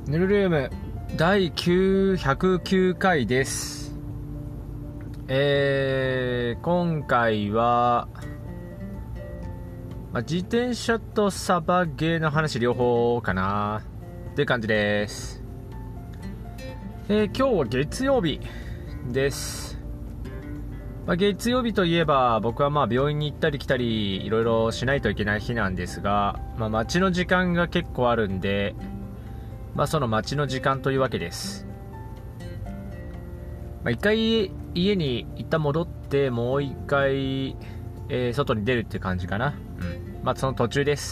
ヌルルーム第109回です。今回は、自転車とサバゲーの話両方かなっていう感じです。今日は月曜日です。月曜日といえば僕は病院に行ったり来たりいろいろしないといけない日なんですが、待ちの時間が結構あるんで、その待ちの時間というわけです。一回家に一旦戻ってもう一回、外に出るっていう感じかな。その途中です。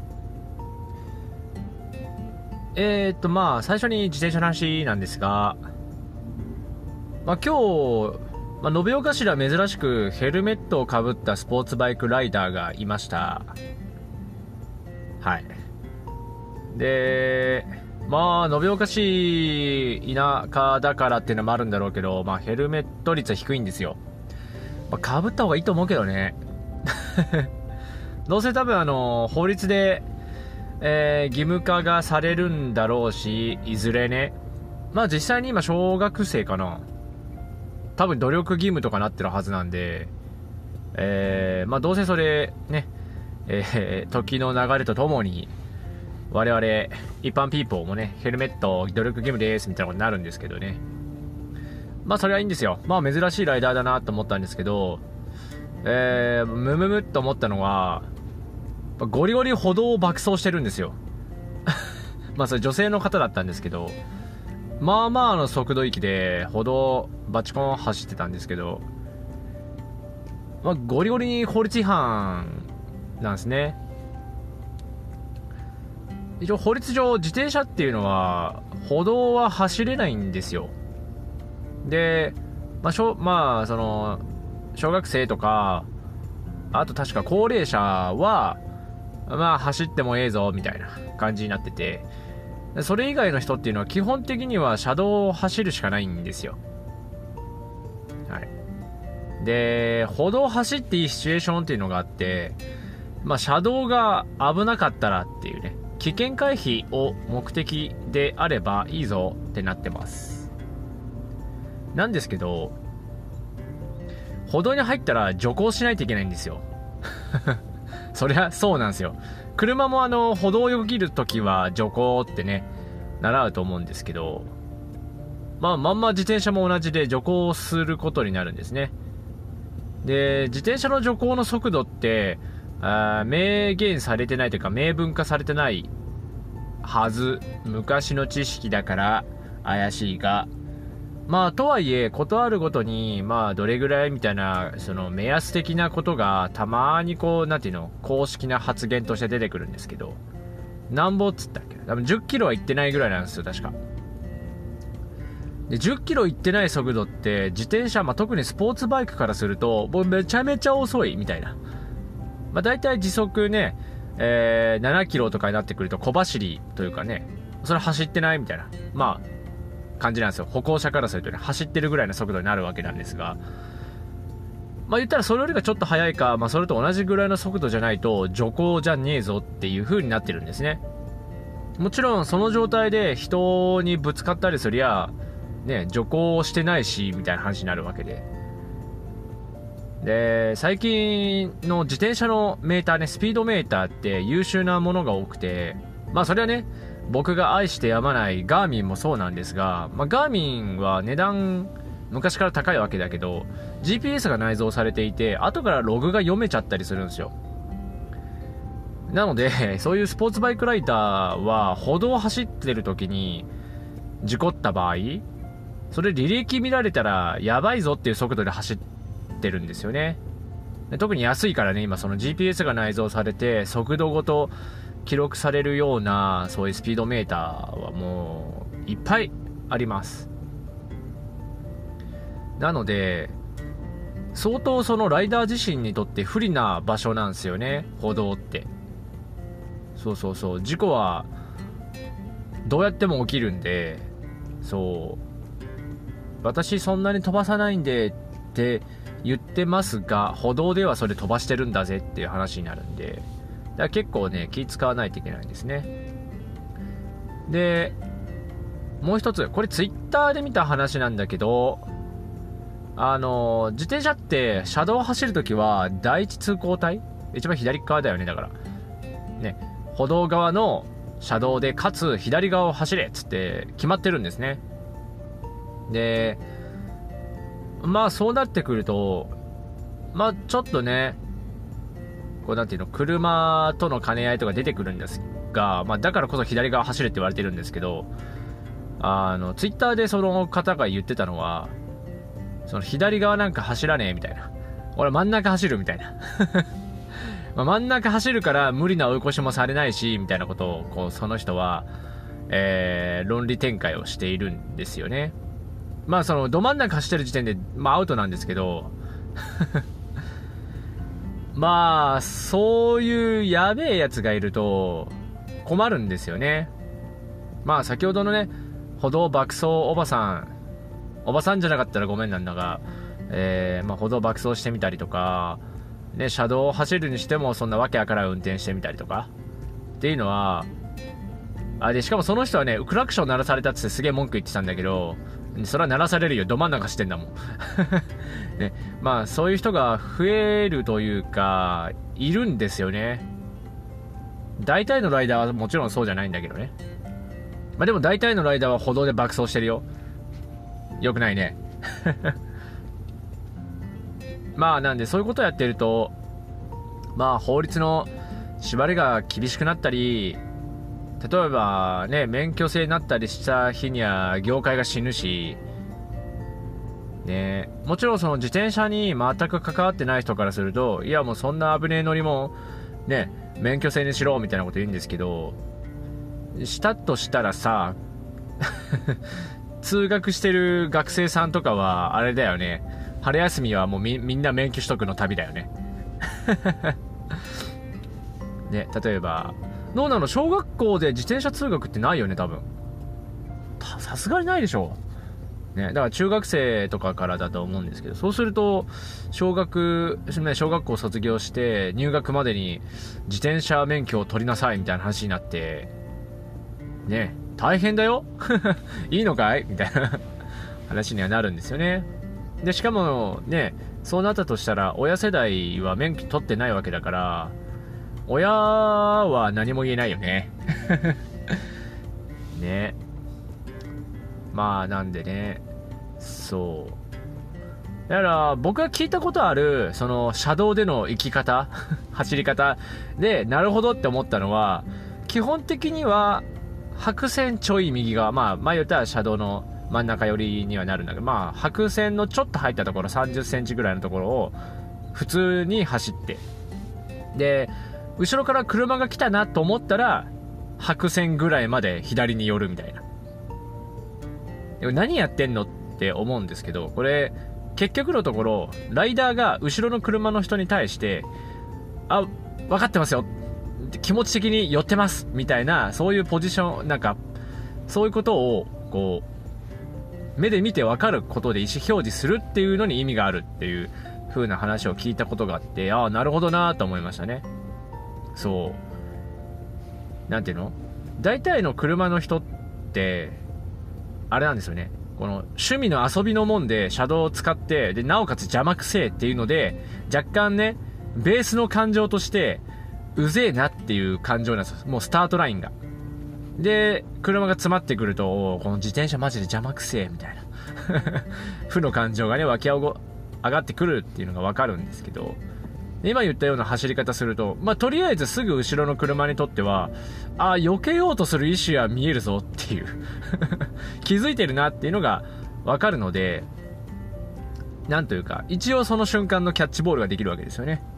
最初に自転車の話なんですが、今日延岡市では珍しくヘルメットをかぶったスポーツバイクライダーがいました。はい。で延岡市田舎だからっていうのもあるんだろうけど、ヘルメット率は低いんですよ。かぶった方がいいと思うけどね。どうせ多分法律で、義務化がされるんだろうし、いずれね。実際に今小学生かな、多分努力義務とかなってるはずなんで、どうせそれね、時の流れとともに我々一般ピーポーもね、ヘルメット努力義務ですみたいなことになるんですけどね。それはいいんですよ。珍しいライダーだなと思ったんですけど、ムムムっと思ったのは、ゴリゴリ歩道を爆走してるんですよ。それ女性の方だったんですけど、の速度域で歩道バチコン走ってたんですけど、ゴリゴリに法律違反なんですね。一応法律上自転車っていうのは歩道は走れないんですよ。で、その小学生とか、あと確か高齢者は走ってもええぞみたいな感じになってて、それ以外の人っていうのは基本的には車道を走るしかないんですよ。はい。で、歩道を走っていいシチュエーションっていうのがあって、車道が危なかったらっていうね、危険回避を目的であればいいぞってなってます。なんですけど、歩道に入ったら徐行しないといけないんですよ。そりゃそうなんですよ。車も歩道をよぎるときは徐行ってね、習うと思うんですけど、自転車も同じで徐行することになるんですね。で、自転車の徐行の速度って明言されてないというか明文化されてないはず。昔の知識だから怪しいが、とはいえことあるごとにどれぐらいみたいな、その目安的なことがたまになんていうの、公式な発言として出てくるんですけど、なんぼっつったっけ、多分10キロは行ってないぐらいなんですよ、確か。で、10キロ行ってない速度って自転車、特にスポーツバイクからするともうめちゃめちゃ遅いみたいな。だいたい時速ね、7キロとかになってくると小走りというかね、それ走ってないみたいな感じなんですよ。歩行者からするとね、走ってるぐらいの速度になるわけなんですが、言ったらそれよりがちょっと速いか、それと同じぐらいの速度じゃないと徐行じゃねえぞっていう風になってるんですね。もちろんその状態で人にぶつかったりすりゃね、徐行してないしみたいな話になるわけで、最近の自転車のメーターね、スピードメーターって優秀なものが多くて、それはね、僕が愛してやまないガーミンもそうなんですが、ガーミンは値段昔から高いわけだけど GPS が内蔵されていて、後からログが読めちゃったりするんですよ。なのでそういうスポーツバイクライダーは歩道を走ってる時に事故った場合、それ履歴見られたらやばいぞっていう速度で走ってるんですよね。特に安いからね、今その GPS が内蔵されて速度ごと記録されるようなそういうスピードメーターはもういっぱいあります。なので相当そのライダー自身にとって不利な場所なんですよね、歩道って。そう事故はどうやっても起きるんで、私そんなに飛ばさないんでって言ってますが、歩道ではそれ飛ばしてるんだぜっていう話になるんで、だから結構ね気使わないといけないんですね。でもう一つ、これツイッターで見た話なんだけど、自転車って車道を走るときは第一通行帯、一番左側だよね。だからね、歩道側の車道でかつ左側を走れっつって決まってるんですね。で、まあそうなってくると、まあちょっとね、こうなんていうの、車との兼ね合いとか出てくるんですが、まあだからこそ左側走れって言われてるんですけど、ツイッターでその方が言ってたのは、その左側なんか走らねえみたいな、俺真ん中走るみたいなまあ真ん中走るから無理な追い越しもされないしみたいなことをこうその人は、論理展開をしているんですよね。まあそのど真ん中走ってる時点で、まあ、アウトなんですけどまあそういうやべえやつがいると困るんですよね。まあ先ほどのね、歩道爆走おばさんじゃなかったらごめんなんだが、まあ、歩道爆走してみたりとか、ね、車道を走るにしてもそんなわけわからん運転してみたりとかっていうのは、でしかもその人はね、クラクション鳴らされたってすげえ文句言ってたんだけど、それは鳴らされるよ、ど真ん中してんだもんね、まあそういう人が増えるというかいるんですよね。大体のライダーはもちろんそうじゃないんだけどね。まあでも大体のライダーは歩道で爆走してるよ。よくないねまあなんでそういうことをやってると、まあ法律の縛りが厳しくなったり、例えばね、免許制になったりした日には業界が死ぬしね。もちろんその自転車に全く関わってない人からすると、いやもうそんな危ねえ乗りもね、免許制にしろみたいなこと言うんですけど、したとしたらさ通学してる学生さんとかはあれだよね、春休みはもうみんな免許取得の旅だよねね、例えばどうなの、小学校で自転車通学ってないよね多分。さすがにないでしょね。だから中学生とかからだと思うんですけど、そうすると小学校卒業して入学までに自転車免許を取りなさいみたいな話になってね、大変だよいいのかいみたいな話にはなるんですよね。でしかもね、そうなったとしたら親世代は免許取ってないわけだから、親は何も言えないよねね。まあなんでね、そうだから僕が聞いたことあるその車道での行き方走り方でなるほどって思ったのは、基本的には白線ちょい右側、まあ前言ったら車道の真ん中寄りにはなるんだけど、まあ白線のちょっと入ったところ、30センチぐらいのところを普通に走って、で後ろから車が来たなと思ったら白線ぐらいまで左に寄るみたいな。でも何やってんのって思うんですけど、これ結局のところライダーが後ろの車の人に対して、あ、分かってますよ、気持ち的に寄ってますみたいな、そういうポジション、なんかそういうことをこう目で見て分かることで意思表示するっていうのに意味があるっていう風な話を聞いたことがあって、ああなるほどなと思いましたね。そうなんていうの、大体の車の人ってあれなんですよね、この趣味の遊びのもんで車道を使って、でなおかつ邪魔くせえっていうので若干ね、ベースの感情としてうぜえなっていう感情なんですよ、もうスタートラインが。で車が詰まってくると、この自転車マジで邪魔くせえみたいな負の感情がね湧き上がってくるっていうのが分かるんですけど、今言ったような走り方すると、まあとりあえずすぐ後ろの車にとっては、あ、避けようとする意思は見えるぞっていう気づいてるなっていうのが分かるので、なんというか一応その瞬間のキャッチボールができるわけですよね。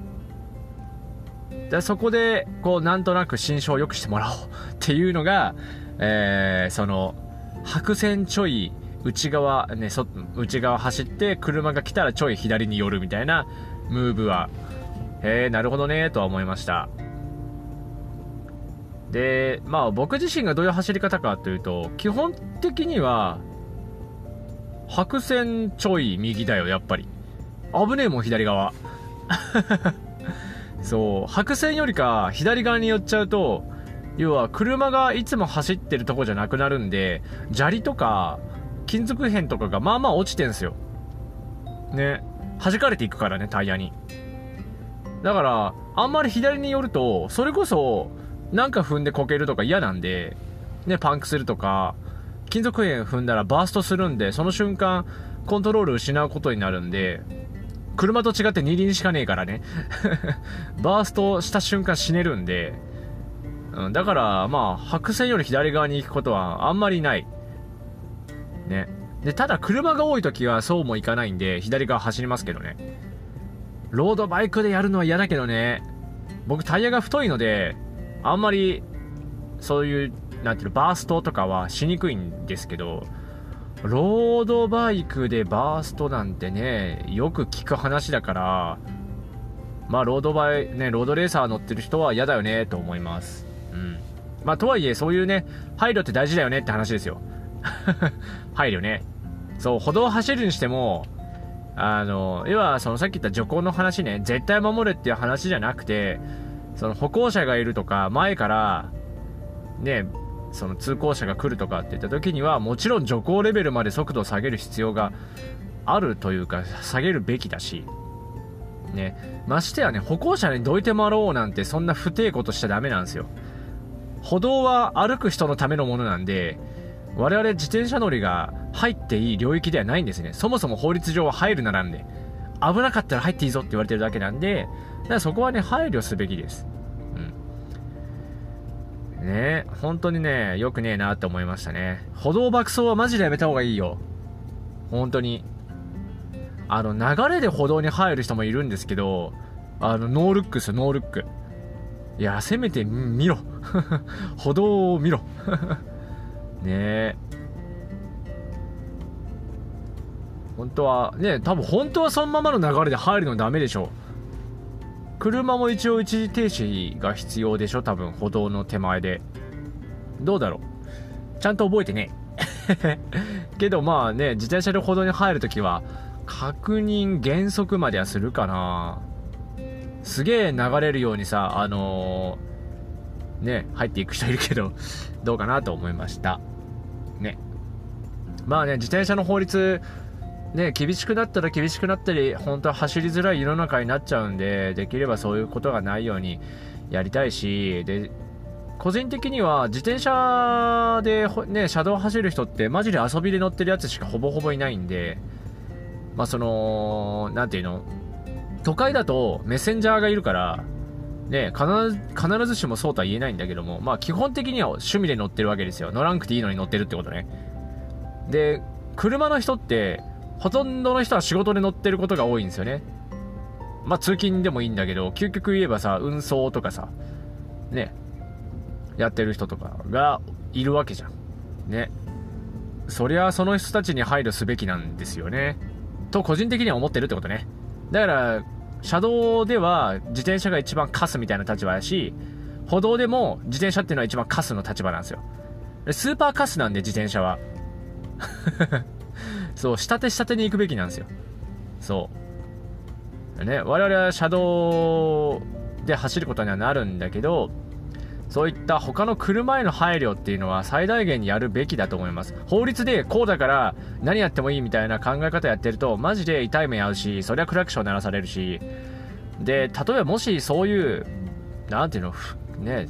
でそこでこうなんとなく心象を良くしてもらおうっていうのが、その白線ちょい内側ね、内側走って車が来たらちょい左に寄るみたいなムーブは、なるほどねとは思いました。でまあ僕自身がどういう走り方かというと、基本的には白線ちょい右だよ、やっぱり危ねえもん左側そう、白線よりか左側に寄っちゃうと要は車がいつも走ってるとこじゃなくなるんで、砂利とか金属片とかがまあまあ落ちてんすよね。弾かれていくからね、タイヤに。だからあんまり左に寄ると、それこそなんか踏んでこけるとか嫌なんでね、パンクするとか、金属片踏んだらバーストするんで、その瞬間コントロール失うことになるんで、車と違って二輪しかねえからねバーストした瞬間死ねるんで、だからまあ白線より左側に行くことはあんまりないね。でただ車が多い時はそうもいかないんで、左側走りますけどね。ロードバイクでやるのは嫌だけどね。僕タイヤが太いので、あんまりそういうなんていうの、バーストとかはしにくいんですけど、ロードバイクでバーストなんてね、よく聞く話だから、まあロードレーサー乗ってる人は嫌だよねと思います。まあとはいえ、そういうね、配慮って大事だよねって話ですよ配慮ね。そう、歩道を走るにしても、要はそのさっき言った徐行の話ね、絶対守れっていう話じゃなくて、その歩行者がいるとか、前からね、その通行者が来るとかって言った時には、もちろん徐行レベルまで速度を下げる必要があるというか、下げるべきだしね。ましてやね、歩行者にどいて回ろうなんて、そんな不抵抗としちゃダメなんですよ。歩道は歩く人のためのものなんで、我々自転車乗りが入っていい領域ではないんですね。そもそも法律上は入るならんで、危なかったら入っていいぞって言われてるだけなんで、だからそこはね、配慮すべきです。ね、本当にね、よくねえなって思いましたね。歩道爆走はマジでやめた方がいいよ。本当に。流れで歩道に入る人もいるんですけど、ノールックですよ、ノールック。いや、せめて見ろ。歩道を見ろ。ねえ。本当は、ね、多分本当はそのままの流れで入るのダメでしょ。車も一応一時停止が必要でしょ、多分歩道の手前で。どうだろう、ちゃんと覚えてねけどまあね、自転車で歩道に入るときは確認原則まではするかな。すげえ流れるようにさ、ね、入っていく人いるけどどうかなと思いましたね。まあね、自転車の法律ね、厳しくなったら厳しくなったり、本当は走りづらい世の中になっちゃうんで、できればそういうことがないようにやりたいし、で個人的には自転車でね、車道走る人ってマジで遊びで乗ってるやつしかほぼほぼいないんで、まあそのなんていうの、都会だとメッセンジャーがいるからね、必ずしもそうとは言えないんだけども、まあ基本的には趣味で乗ってるわけですよ。乗らんくていいのに乗ってるってことね。で車の人ってほとんどの人は仕事で乗ってることが多いんですよね。まあ通勤でもいいんだけど、究極言えばさ、運送とかさね、やってる人とかがいるわけじゃんね。そりゃその人たちに配慮すべきなんですよねと個人的には思ってるってことね。だから車道では自転車が一番カスみたいな立場やし、歩道でも自転車っていうのは一番カスの立場なんですよ。スーパーカスなんで自転車はそう、下手に行くべきなんですよ。そうね、我々は車道で走ることにはなるんだけど、そういった他の車への配慮っていうのは最大限にやるべきだと思います。法律でこうだから何やってもいいみたいな考え方やってるとマジで痛い目合うし、そりゃクラクション鳴らされるし、で例えばもしそういうなんていうのね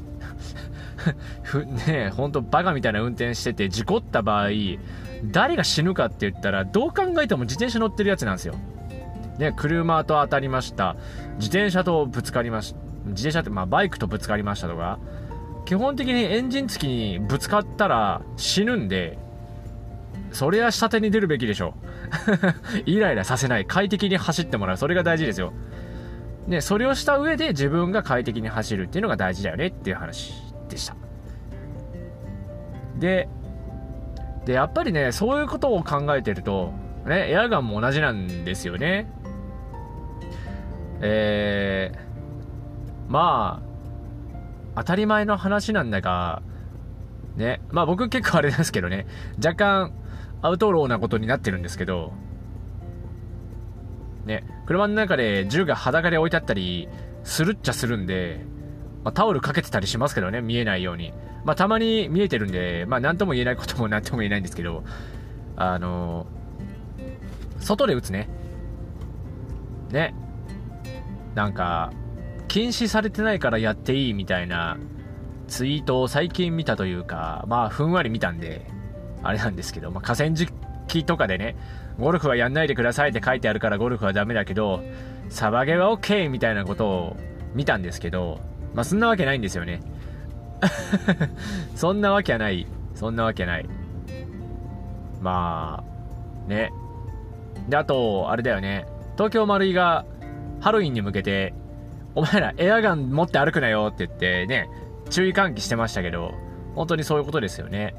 ね、本当バカみたいな運転してて事故った場合、誰が死ぬかって言ったら、どう考えても自転車乗ってるやつなんですよね。車と当たりました、自転車とぶつかりました、自転車ってまあバイクとぶつかりましたとか、基本的にエンジン付きにぶつかったら死ぬんで、それは下手に出るべきでしょイライラさせない、快適に走ってもらう、それが大事ですよね。それをした上で自分が快適に走るっていうのが大事だよねっていう話でした。でやっぱりね、そういうことを考えてるとね、エアガンも同じなんですよね。まあ当たり前の話なんだがね、まあ僕結構あれですけどね、若干アウトローなことになってるんですけどね、車の中で銃が裸で置いてあったりするっちゃするんで、 タオルかけてたりしますけどね、見えないように。たまに見えてるんで、なんとも言えないこともなんとも言えないんですけど、外で打つね。ね。なんか、禁止されてないからやっていいみたいなツイートを最近見たというか、ふんわり見たんで、あれなんですけど、河川敷とかでね、ゴルフはやんないでくださいって書いてあるからゴルフはダメだけど、サバゲーは OK みたいなことを見たんですけど、そんなわけないんですよね。そんなわけはない。そんなわけない。ね。で、あと、あれだよね。東京マルイがハロウィンに向けて、お前らエアガン持って歩くなよって言ってね、注意喚起してましたけど、本当にそういうことですよね。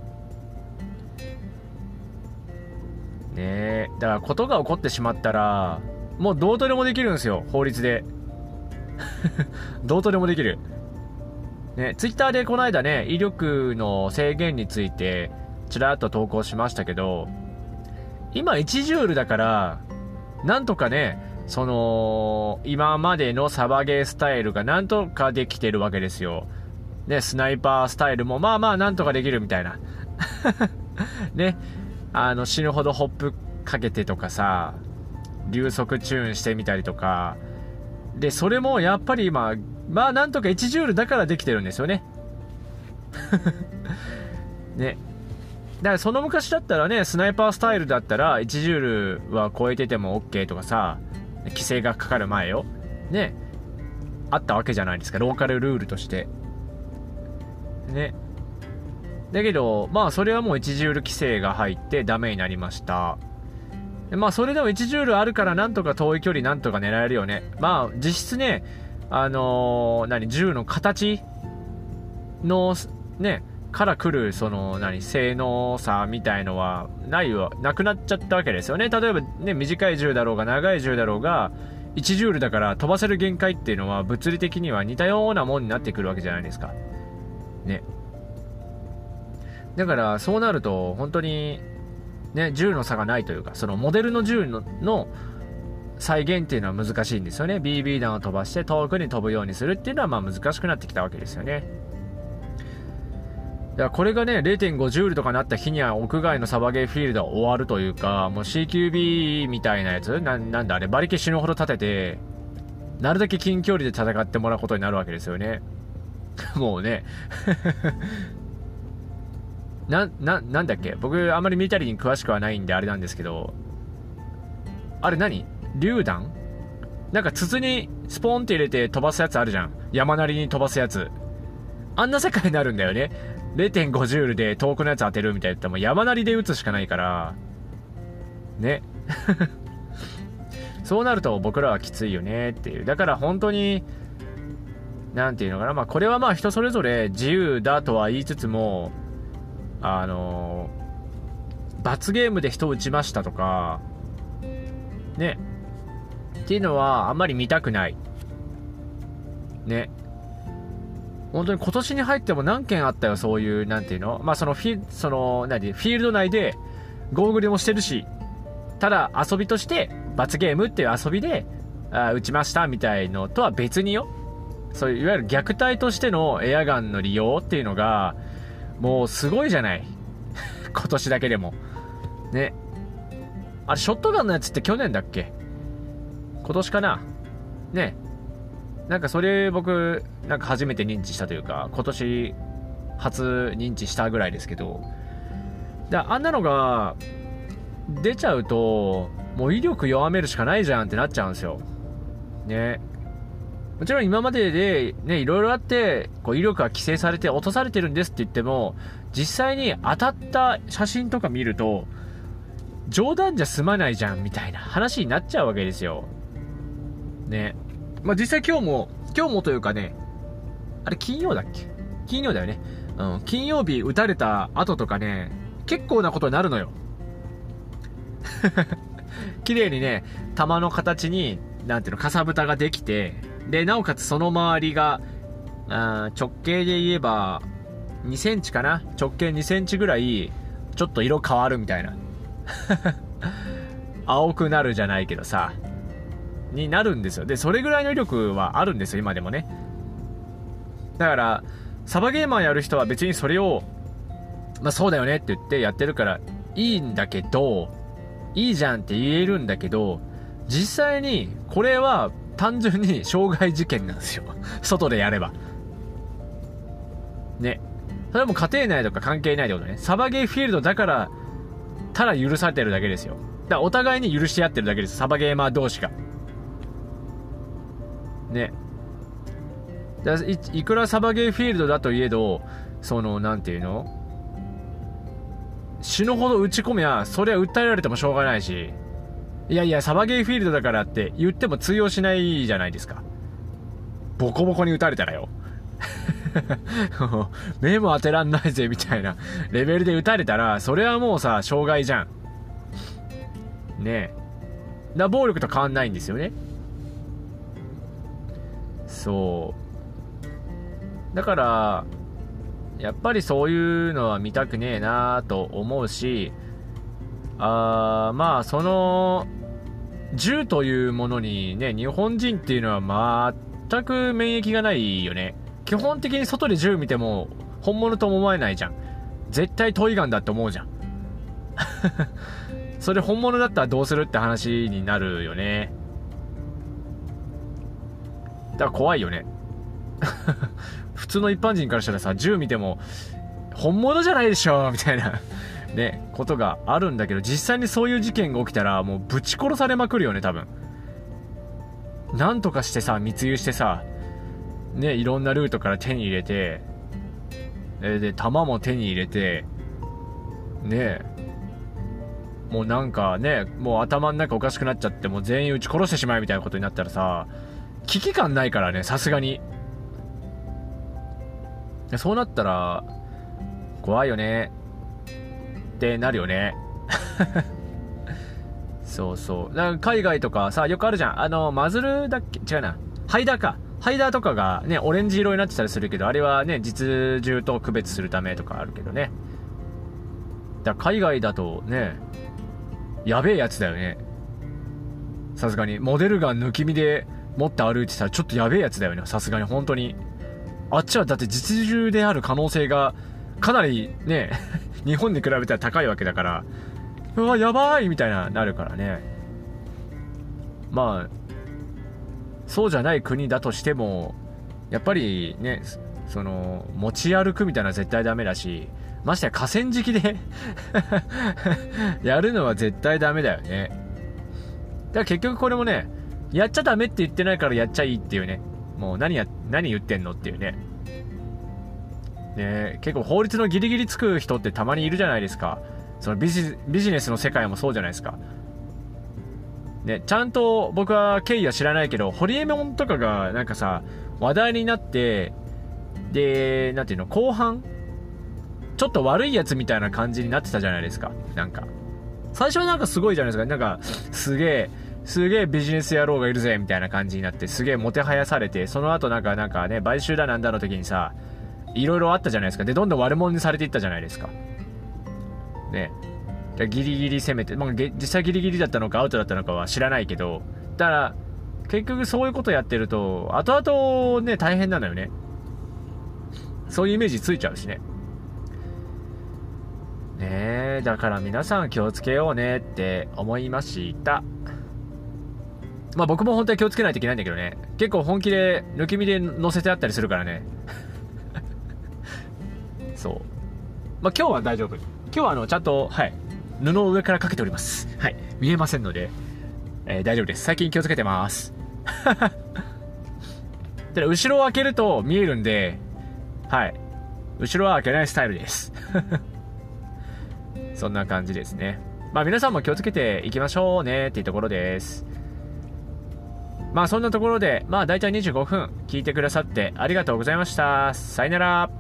ねえ。だからことが起こってしまったら、もうどうとでもできるんですよ、法律で。どうとでもできる。ね、ツイッターでこの間ね、威力の制限について、ちらっと投稿しましたけど、今1ジュールだから、なんとかね、今までのサバゲースタイルがなんとかできてるわけですよ。ね、スナイパースタイルもなんとかできるみたいな。ね、死ぬほどホップかけてとかさ、流速チューンしてみたりとか、で、それもやっぱり今、なんとか1ジュールだからできてるんですよね。ね。だからその昔だったらね、スナイパースタイルだったら1ジュールは超えてても OK とかさ、規制がかかる前よ。ね。あったわけじゃないですか、ローカルルールとして。ね。だけど、それはもう1ジュール規制が入ってダメになりました。それでも1ジュールあるからなんとか遠い距離なんとか狙えるよね。実質ね、銃の形の、ね、から来る、性能差みたいのは、なくなっちゃったわけですよね。例えばね、短い銃だろうが長い銃だろうが、1ジュールだから飛ばせる限界っていうのは物理的には似たようなもんになってくるわけじゃないですか。ね。だからそうなると本当にね、銃の差がないというか、そのモデルの銃の再現っていうのは難しいんですよね。 BB 弾を飛ばして遠くに飛ぶようにするっていうのは難しくなってきたわけですよね。だからこれがね 0.5 ジュールとかなった日には屋外のサバゲーフィールドは終わるというか、もう CQB みたいなやつなんだあれ、馬力死ぬほど立ててなるだけ近距離で戦ってもらうことになるわけですよね。もうねなんだっけ、僕あんまりミリタリーに詳しくはないんであれなんですけど、あれ何、榴弾なんか筒にスポーンって入れて飛ばすやつあるじゃん、山なりに飛ばすやつ。あんな世界になるんだよね。 0.5 ジュールで遠くのやつ当てるみたいな。もう山なりで撃つしかないからね。そうなると僕らはきついよねっていう。だから本当になんていうのかな、これは人それぞれ自由だとは言いつつも、罰ゲームで人を撃ちましたとかねっていうのはあんまり見たくないね。本当に今年に入っても何件あったよ、そういうなんていうの、フィールド内でゴーグルもしてるし、ただ遊びとして罰ゲームっていう遊びで撃ちましたみたいのとは別によ、そういういわゆる虐待としてのエアガンの利用っていうのがもうすごいじゃない。今年だけでもね。あれショットガンのやつって去年だっけ、今年かなね。なんかそれ僕なんか初めて認知したというか、今年初認知したぐらいですけど、あんなのが出ちゃうともう威力弱めるしかないじゃんってなっちゃうんですよね。もちろん今まででね、いろいろあってこう威力が規制されて落とされてるんですって言っても、実際に当たった写真とか見ると冗談じゃ済まないじゃんみたいな話になっちゃうわけですよね。実際今日もというかね、あれ金曜だっけ、金曜だよね。金曜日撃たれた後とかね、結構なことになるのよ。綺麗にね、弾の形になんていうの、かさぶたができて、でなおかつその周りが直径で言えば2センチかな、直径2センチぐらいちょっと色変わるみたいな。青くなるじゃないけどさになるんですよ。でそれぐらいの威力はあるんですよ今でもね。 だからサバゲーマーやる人は別にそれをそうだよねって言ってやってるからいいんだけど、いいじゃんって言えるんだけど、実際にこれは単純に傷害事件なんですよ外でやればね。それはもう家庭内とか関係ないってことね。サバゲーフィールドだからただ許されてるだけですよ。だからお互いに許し合ってるだけです、サバゲーマー同士がね。だ いくらサバゲーフィールドだといえど、そのなんていうの、死ぬほど打ち込めやそれは訴えられてもしょうがないし、いやいやサバゲーフィールドだからって言っても通用しないじゃないですか。ボコボコに打たれたらよ目も当てらんないぜみたいなレベルで打たれたら、それはもうさ傷害じゃんね。え暴力と変わんないんですよね。そうだからやっぱりそういうのは見たくねえなと思うし、まあその銃というものにね、日本人っていうのは全く免疫がないよね。基本的に外で銃見ても本物とも思えないじゃん。絶対トイガンだって思うじゃんそれ本物だったらどうするって話になるよね。だから怖いよね普通の一般人からしたらさ、銃見ても本物じゃないでしょみたいなね、ことがあるんだけど、実際にそういう事件が起きたらもうぶち殺されまくるよね多分。なんとかしてさ密輸してさね、いろんなルートから手に入れて、で弾も手に入れてね、もうなんかね、もう頭の中おかしくなっちゃって、もう全員撃ち殺してしまえみたいなことになったらさ、危機感ないからね、さすがに。そうなったら怖いよねってなるよねそうそう。だから海外とかさよくあるじゃん。マズルだっけ、違うな、ハイダーか。ハイダーとかがねオレンジ色になってたりするけど、あれはね実銃と区別するためとかあるけどね。だから海外だとねやべえやつだよね。さすがにモデルガン抜き身で持って歩いてたらちょっとやべえやつだよね、さすがに。本当にあっちはだって実銃である可能性がかなりね日本に比べたら高いわけだから、うわやばいみたいなるからね。まあそうじゃない国だとしてもやっぱりね、その持ち歩くみたいなのは絶対ダメだし、ましてや河川敷でやるのは絶対ダメだよね。だから結局これもね、やっちゃダメって言ってないからやっちゃいいっていうね、もう何言ってんのっていうね。ね、結構法律のギリギリつく人ってたまにいるじゃないですか。そのビジネスの世界もそうじゃないですか。ね、ちゃんと僕は経緯は知らないけど、ホリエモンとかがなんかさ話題になって、でなんていうの、後半ちょっと悪いやつみたいな感じになってたじゃないですか。なんか最初はなんかすごいじゃないですか。なんかすげえビジネス野郎がいるぜみたいな感じになって、すげえもてはやされて、その後なんかね買収だなんだの時にさいろいろあったじゃないですか。でどんどん悪者にされていったじゃないですかね。ギリギリ攻めて、実際ギリギリだったのかアウトだったのかは知らないけど、だから結局そういうことやってると後々ね大変なのよね。そういうイメージついちゃうしね。ねえ、だから皆さん気をつけようねって思いました。まあ僕も本当に気をつけないといけないんだけどね。結構本気で抜き身で乗せてあったりするからねそう。まあ今日は大丈夫。今日はちゃんとはい布を上からかけております。はい、見えませんので、大丈夫です。最近気をつけてますで後ろを開けると見えるんで、はい、後ろは開けないスタイルですそんな感じですね。まあ皆さんも気をつけていきましょうねっていうところです。まあそんなところで、まあ大体25分聞いてくださってありがとうございました。さよなら。